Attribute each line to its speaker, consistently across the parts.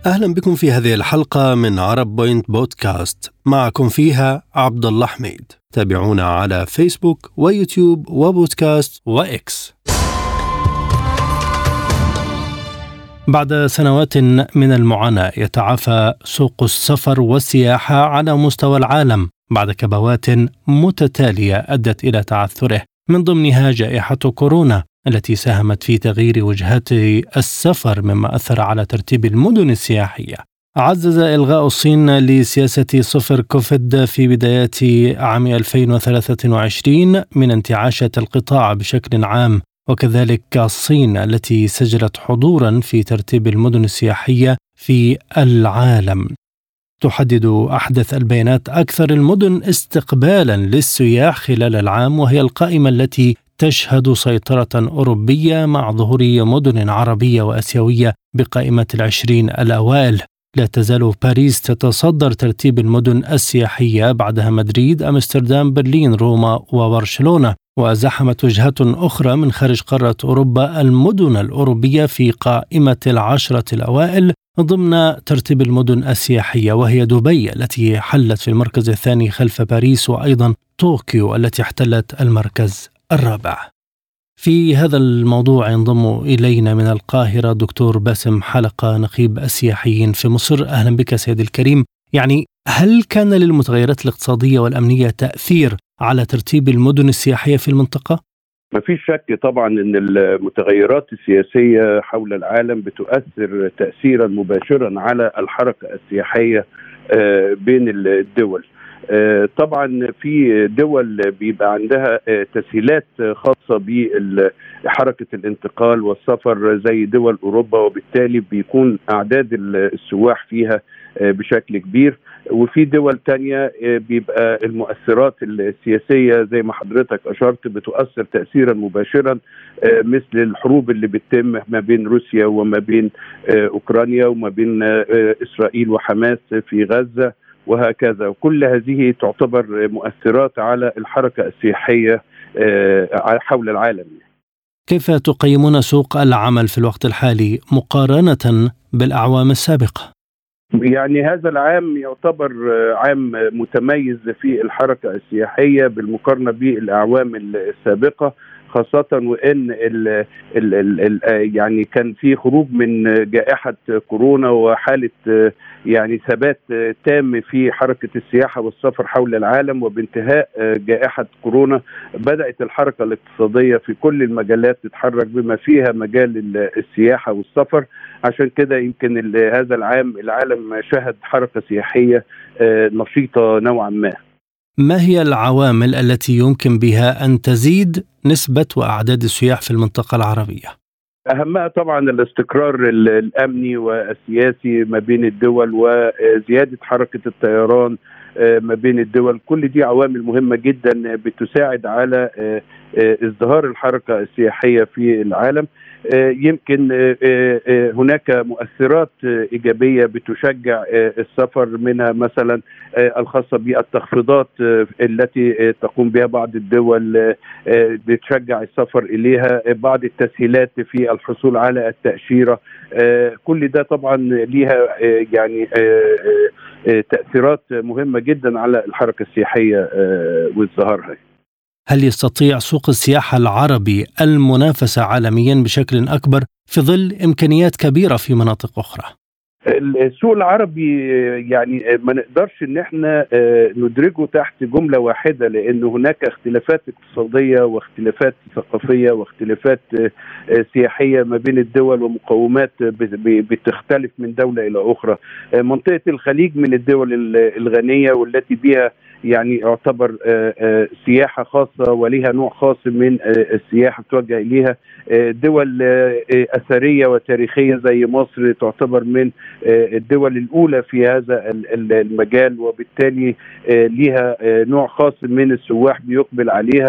Speaker 1: أهلا بكم في هذه الحلقة من عرب بوينت بودكاست. معكم فيها عبد الله حميد. تابعونا على فيسبوك ويوتيوب وبودكاست وإكس. بعد سنوات من المعاناة يتعافى سوق السفر والسياحة على مستوى العالم بعد كبوات متتالية أدت إلى تعثره، من ضمنها جائحة كورونا التي ساهمت في تغيير وجهات السفر مما أثر على ترتيب المدن السياحية. عزز إلغاء الصين لسياسة صفر كوفيد في بدايات عام 2023 من انتعاشة القطاع بشكل عام، وكذلك الصين التي سجلت حضورا في ترتيب المدن السياحية في العالم. تحدد أحدث البيانات أكثر المدن استقبالا للسياح خلال العام، وهي القائمة التي تشهد سيطرة أوروبية مع ظهور مدن عربية وآسيوية بقائمة 20 الأوائل. لا تزال باريس تتصدر ترتيب المدن السياحية، بعدها مدريد، أمستردام، برلين، روما وبرشلونة، وزحمت وجهات أخرى من خارج قارة أوروبا المدن الأوروبية في قائمة 10 الأوائل ضمن ترتيب المدن السياحية، وهي دبي التي حلت في المركز الثاني خلف باريس، وأيضا طوكيو التي احتلت المركز الرابع. في هذا الموضوع ينضم إلينا من القاهرة دكتور باسم حلقة، نقيب السياحيين في مصر. أهلا بك سيدي الكريم. هل كان للمتغيرات الاقتصادية والأمنية تأثير على ترتيب المدن السياحية في المنطقة؟
Speaker 2: ما في شك طبعا أن المتغيرات السياسية حول العالم بتؤثر تأثيرا مباشرا على الحركة السياحية بين الدول. طبعا في دول بيبقى عندها تسهيلات خاصة بحركة الانتقال والسفر زي دول أوروبا، وبالتالي بيكون أعداد السواح فيها بشكل كبير. وفي دول تانية بيبقى المؤثرات السياسية زي ما حضرتك أشرت بتؤثر تأثيرا مباشرا، مثل الحروب اللي بتتم ما بين روسيا وما بين أوكرانيا وما بين إسرائيل وحماس في غزة وهكذا. وكل هذه تعتبر مؤثرات على الحركة السياحية حول العالم.
Speaker 1: كيف تقيمون سوق العمل في الوقت الحالي مقارنة بالأعوام السابقة؟
Speaker 2: يعني هذا العام يعتبر عام متميز في الحركة السياحية بالمقارنة بالأعوام السابقة، خاصة وإن يعني كان في خروج من جائحة كورونا وحالة يعني ثبات تام في حركة السياحة والسفر حول العالم. وبانتهاء جائحة كورونا بدأت الحركة الاقتصادية في كل المجالات تتحرك بما فيها مجال السياحة والسفر. عشان كده يمكن هذا العام العالم شهد حركة سياحية نشيطة نوعا ما.
Speaker 1: ما هي العوامل التي يمكن بها أن تزيد نسبة وأعداد السياح في المنطقة العربية؟
Speaker 2: أهمها طبعا الاستقرار الأمني والسياسي ما بين الدول، وزيادة حركة الطيران ما بين الدول. كل دي عوامل مهمة جدا بتساعد على ازدهار الحركة السياحية في العالم. يمكن هناك مؤثرات إيجابية بتشجع السفر، منها مثلا الخاصة بالتخفيضات التي تقوم بها بعض الدول بتشجع السفر إليها، بعض التسهيلات في الحصول على التأشيرة. كل ده طبعا ليها يعني تأثيرات مهمة جدا على الحركة السياحية وازدهارها.
Speaker 1: هل يستطيع سوق السياحة العربي المنافسة عالميا بشكل أكبر في ظل إمكانيات كبيرة في مناطق أخرى؟
Speaker 2: السوق العربي يعني ما نقدرش ان احنا ندرجه تحت جملة واحدة، لان هناك اختلافات اقتصادية واختلافات ثقافية واختلافات سياحية ما بين الدول، ومقومات بتختلف من دولة الى اخرى. منطقة الخليج من الدول الغنية والتي بها يعني يعتبر سياحة خاصة وليها نوع خاص من السياحة توجه إليها. دول أثرية وتاريخية زي مصر تعتبر من الدول الأولى في هذا المجال، وبالتالي ليها نوع خاص من السواح بيقبل عليها.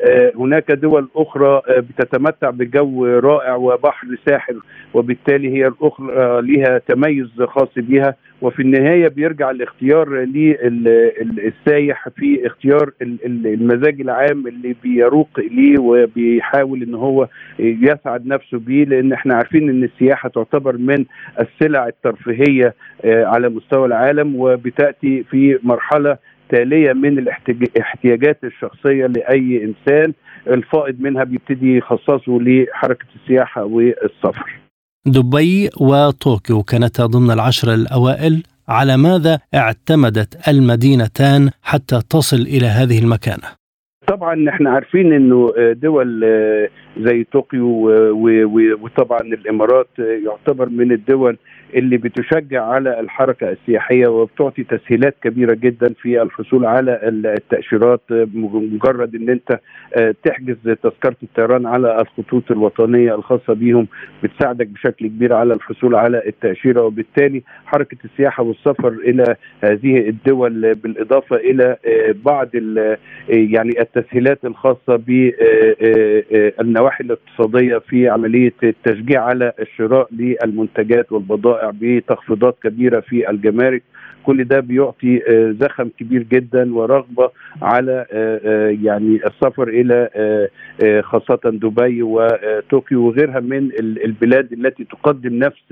Speaker 2: هناك دول أخرى بتتمتع بجو رائع وبحر ساحر، وبالتالي هي الأخرى لها تميز خاص بها. وفي النهاية بيرجع الاختيار للسايح في اختيار المزاج العام اللي بيروق إليه وبيحاول ان هو يسعد نفسه بيه، لان احنا عارفين ان السياحة تعتبر من السلع الترفيهية على مستوى العالم، وبتأتي في مرحلة تالية من الاحتياجات الشخصية لأي إنسان. الفائض منها بيبتدي يخصصه لحركة السياحة والسفر.
Speaker 1: دبي وطوكيو كانتا ضمن العشر الأوائل. على ماذا اعتمدت المدينتان حتى تصل إلى هذه المكانة؟
Speaker 2: طبعا احنا عارفين انه دول زي طوكيو وطبعا الامارات يعتبر من الدول اللي بتشجع على الحركة السياحية وبتعطي تسهيلات كبيرة جدا في الحصول على التأشيرات. مجرد ان انت تحجز تذكرة الطيران على الخطوط الوطنية الخاصة بيهم بتساعدك بشكل كبير على الحصول على التأشيرة، وبالتالي حركة السياحة والسفر الى هذه الدول بالاضافة الى بعض يعني التسهيلات الخاصة بالنواحي الاقتصادية في عملية التشجيع على الشراء للمنتجات والبضائع بتخفيضات كبيرة في الجمارك. كل ده بيعطي زخم كبير جدا ورغبة على يعني السفر إلى خاصة دبي وطوكيو وغيرها من البلاد التي تقدم نفس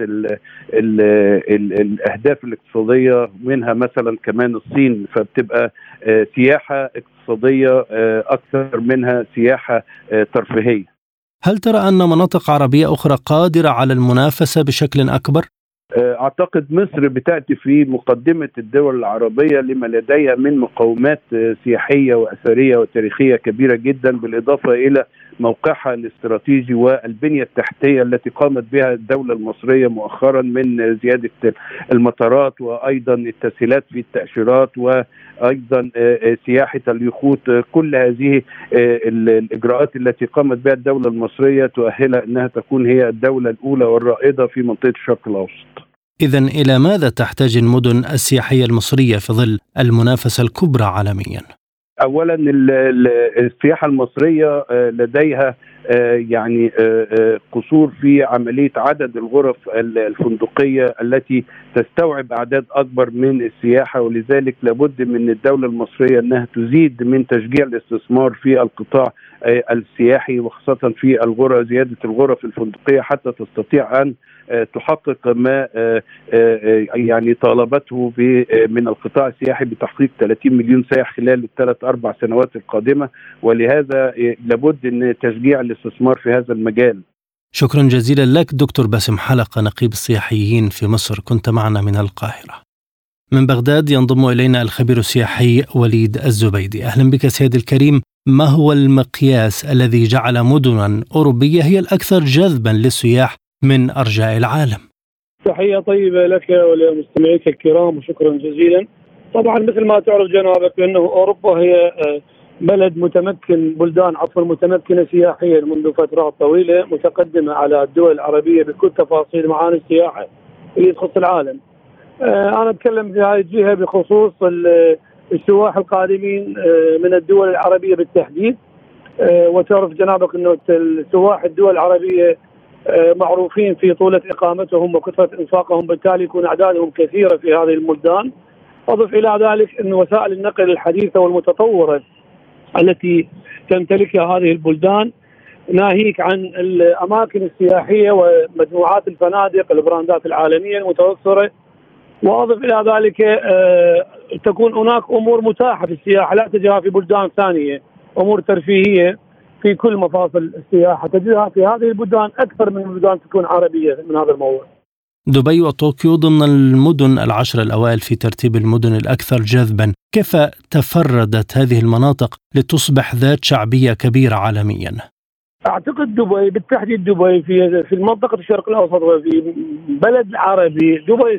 Speaker 2: الأهداف الاقتصادية، منها مثلا كمان الصين، فبتبقى سياحة اقتصادية أكثر منها سياحة ترفيهية.
Speaker 1: هل ترى أن مناطق عربية أخرى قادرة على المنافسة بشكل أكبر؟
Speaker 2: أعتقد مصر بتأتي في مقدمة الدول العربية لما لديها من مقومات سياحية وأثرية وتاريخية كبيرة جدا، بالإضافة إلى موقعها الاستراتيجي والبنية التحتية التي قامت بها الدولة المصرية مؤخرا من زيادة المطارات وأيضا التسهيلات في التأشيرات وأيضا سياحة اليخوت. كل هذه الإجراءات التي قامت بها الدولة المصرية تؤهلها أنها تكون هي الدولة الأولى والرائدة في منطقة الشرق الأوسط.
Speaker 1: إذن إلى ماذا تحتاج المدن السياحية المصرية في ظل المنافسة الكبرى عالميا؟
Speaker 2: أولا السياحة المصرية لديها يعني قصور في عملية عدد الغرف الفندقية التي تستوعب أعداد أكبر من السياحة، ولذلك لابد من الدولة المصرية أنها تزيد من تشجيع الاستثمار في القطاع السياحي وخاصة في زيادة الغرف الفندقية حتى تستطيع أن تحقق ما يعني طالبته من القطاع السياحي بتحقيق 30 مليون سائح خلال ال3-4 سنوات القادمة، ولهذا لابد من تشجيع الاستثمار في هذا المجال.
Speaker 1: شكرا جزيلا لك دكتور باسم حلقة، نقيب السياحيين في مصر، كنت معنا من القاهرة. من بغداد ينضم إلينا الخبير السياحي وليد الزبيدي. أهلا بك سيد الكريم. ما هو المقياس الذي جعل مدنا أوروبية هي الأكثر جذبا للسياح من أرجاء العالم؟
Speaker 3: تحية طيبة لك ولمستمعيك الكرام وشكرا جزيلا. طبعا مثل ما تعرف جنابك أنه أوروبا هي بلد بلدان متمكنة سياحيا منذ فترات طويلة، متقدمة على الدول العربية بكل تفاصيل معاني السياحة اللي تخص العالم. أنا أتكلم في هذه الجهة بخصوص السواح القادمين من الدول العربية بالتحديد. وتعرف جنابك أنه السواح الدول العربية معروفين في طولة إقامتهم وكثرة إنفاقهم، بالتالي يكون أعدادهم كثيرة في هذه البلدان. أضف إلى ذلك أن وسائل النقل الحديثة والمتطورة التي تمتلكها هذه البلدان، ناهيك عن الأماكن السياحية ومجموعات الفنادق البراندات العالمية المتوفرة. وأضف إلى ذلك تكون هناك أمور متاحة في السياحة لا تجدها في بلدان ثانية، أمور ترفيهية في كل مفاصل السياحة تجدها في هذه البلدان أكثر من البلدان تكون عربية من هذا الموضوع.
Speaker 1: دبي وطوكيو ضمن المدن العشر الأوائل في ترتيب المدن الأكثر جذبا. كيف تفردت هذه المناطق لتصبح ذات شعبية كبيرة عالميا؟
Speaker 3: أعتقد دبي بالتحديد، دبي في منطقة الشرق الأوسط وفي بلد عربي. دبي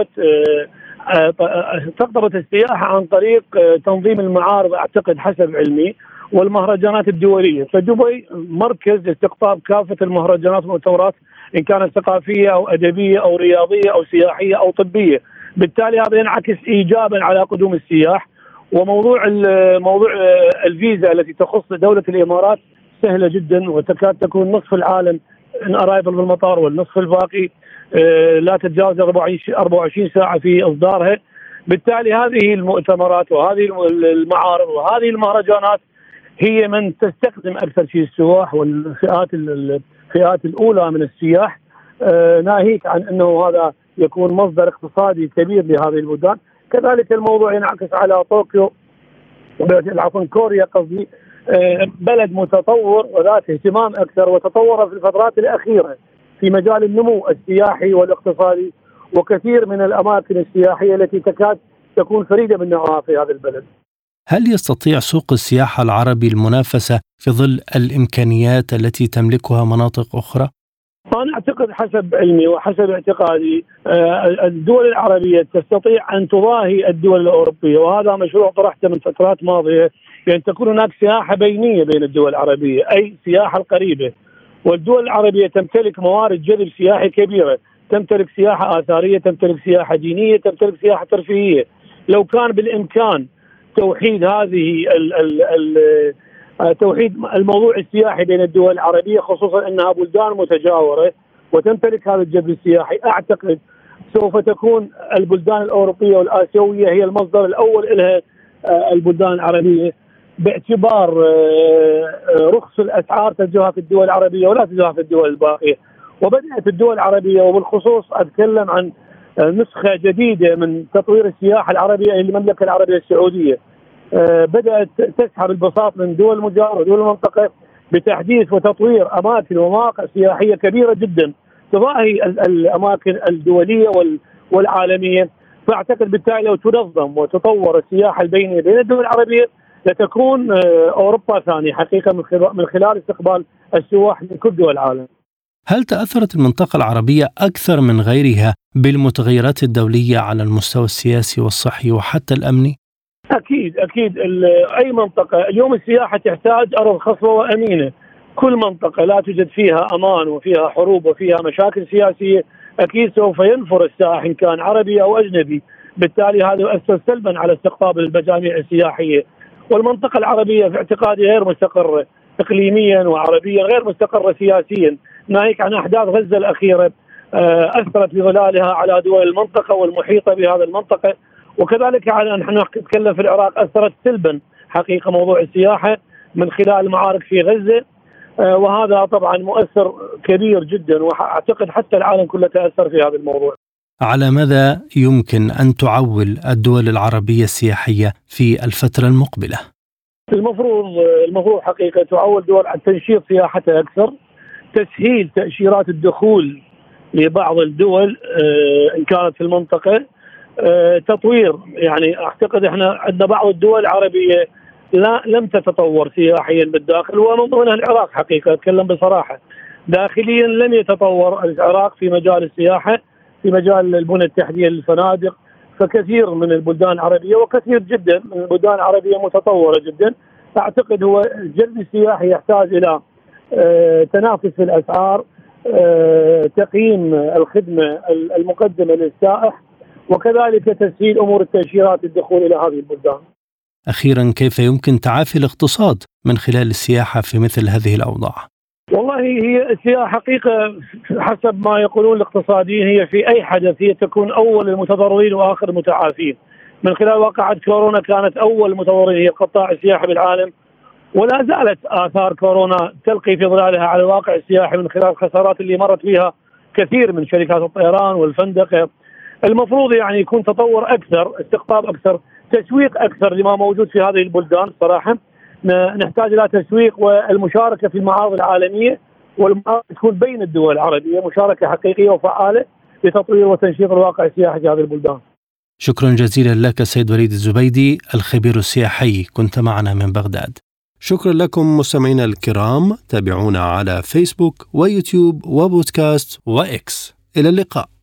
Speaker 3: استقطبت السياحة عن طريق تنظيم المعارض أعتقد حسب علمي والمهرجانات الدولية. فدبي مركز لاستقطاب كافة المهرجانات والمؤتمرات إن كانت ثقافية أو أدبية أو رياضية أو سياحية أو طبية. بالتالي هذا ينعكس إيجابا على قدوم السياح. وموضوع الفيزا التي تخص دولة الإمارات سهلة جدا، وتكاد تكون نصف العالم ان ارايفل بالمطار، والنصف الباقي لا تتجاوز 24 ساعة في إصدارها. بالتالي هذه المؤتمرات وهذه المعارض وهذه المهرجانات هي من تستخدم أكثر شيء السواح والفئات الأولى من السياح، ناهيك عن أنه هذا يكون مصدر اقتصادي كبير لهذه البلدان. كذلك الموضوع ينعكس على طوكيو، عفوا كوريا قصدي، بلد متطور وذات اهتمام أكثر، وتطور في الفترات الأخيرة في مجال النمو السياحي والاقتصادي، وكثير من الأماكن السياحية التي تكاد تكون فريدة من نوعها في هذا البلد.
Speaker 1: هل يستطيع سوق السياحة العربي المنافسة في ظل الإمكانيات التي تملكها مناطق أخرى؟
Speaker 3: أنا أعتقد حسب علمي وحسب اعتقادي الدول العربية تستطيع أن تضاهي الدول الأوروبية، وهذا مشروع طرحته من فترات ماضية، يعني تكون هناك سياحة بينية بين الدول العربية، أي سياحة القريبة. والدول العربية تمتلك موارد جذب سياحي كبيرة، تمتلك سياحة آثارية، تمتلك سياحة دينية، تمتلك سياحة ترفيهية. لو كان بالإمكان توحيد توحيد الموضوع السياحي بين الدول العربية، خصوصا أنها بلدان متجاورة وتمتلك هذا الجذب السياحي، أعتقد سوف تكون البلدان الأوروبية والآسيوية هي المصدر الأول لها البلدان العربية، باعتبار رخص الأسعار تجدها في الدول العربية ولا تجدها في الدول الباقية. وبدأت الدول العربية، وبالخصوص أتكلم عن نسخة جديدة من تطوير السياحة العربية للمملكة العربية السعودية، بدأت تسحب البساط من دول المجاورة ودول المنطقة بتحديث وتطوير أماكن ومواقع سياحية كبيرة جدا تضاهي الأماكن الدولية والعالمية. فأعتقد بالتالي لو تنظم وتطور السياحة البينية بين الدول العربية لتكون أوروبا ثانية حقيقة من خلال استقبال السواح من كل دول العالم.
Speaker 1: هل تأثرت المنطقة العربية أكثر من غيرها بالمتغيرات الدولية على المستوى السياسي والصحي وحتى الأمني؟
Speaker 3: أكيد أي منطقة اليوم السياحة تحتاج أرض خصبة وأمينة. كل منطقة لا توجد فيها أمان وفيها حروب وفيها مشاكل سياسية أكيد سوف ينفر السائح إن كان عربي أو أجنبي، بالتالي هذا يؤثر سلبا على استقطاب المجاميع السياحية. والمنطقة العربية في اعتقادي غير مستقرة إقليميا وعربيا، غير مستقرة سياسيا، ناهيك عن أحداث غزة الأخيرة أثرت بظلالها على دول المنطقة والمحيطة بهذا المنطقة. وكذلك نحن نتكلم في العراق أثرت سلبا حقيقة موضوع السياحة من خلال المعارك في غزة، وهذا طبعا مؤثر كبير جدا، وأعتقد حتى العالم كله تأثر في هذا الموضوع.
Speaker 1: على ماذا يمكن أن تعول الدول العربية السياحية في الفترة المقبلة؟
Speaker 3: المفروض حقيقة تعول دول على تنشيط سياحتها أكثر، تسهيل تأشيرات الدخول لبعض الدول إن كانت في المنطقة، تطوير. يعني أعتقد إحنا عندنا بعض الدول العربية لم تتطور سياحيا بالداخل، ومن ضمنها العراق حقيقة، أتكلم بصراحة. داخليا لم يتطور العراق في مجال السياحة، في مجال البنى التحتية للفنادق. فكثير من البلدان العربية وكثير جدا من البلدان العربية متطورة جدا. أعتقد هو الجذب السياحي يحتاج إلى تنافس في الأسعار، تقييم الخدمة المقدمة للسائح، وكذلك تسهيل أمور التأشيرات الدخول إلى هذه البلدان.
Speaker 1: أخيرا، كيف يمكن تعافي الاقتصاد من خلال السياحة في مثل هذه الأوضاع؟
Speaker 3: والله هي السياحة حقيقة حسب ما يقولون الاقتصاديين هي في أي حدث هي تكون أول المتضررين وآخر المتعافين. من خلال واقعة كورونا كانت أول المتضررين هي قطاع السياحة بالعالم، ولا زالت آثار كورونا تلقي في ظلالها على الواقع السياحي من خلال الخسارات اللي مرت بها كثير من شركات الطيران والفندقة. المفروض يعني يكون تطور أكثر، استقطاب أكثر، تسويق أكثر لما موجود في هذه البلدان. صراحة نحتاج إلى تسويق والمشاركة في المعارض العالمية، والمعارض تكون بين الدول العربية مشاركة حقيقية وفعالة لتطوير وتنشيط الواقع السياحي في هذه البلدان.
Speaker 1: شكرا جزيلا لك سيد وليد الزبيدي، الخبير السياحي، كنت معنا من بغداد. شكرا لكم مستمعينا الكرام، تابعونا على فيسبوك ويوتيوب وبودكاست وإكس. إلى اللقاء.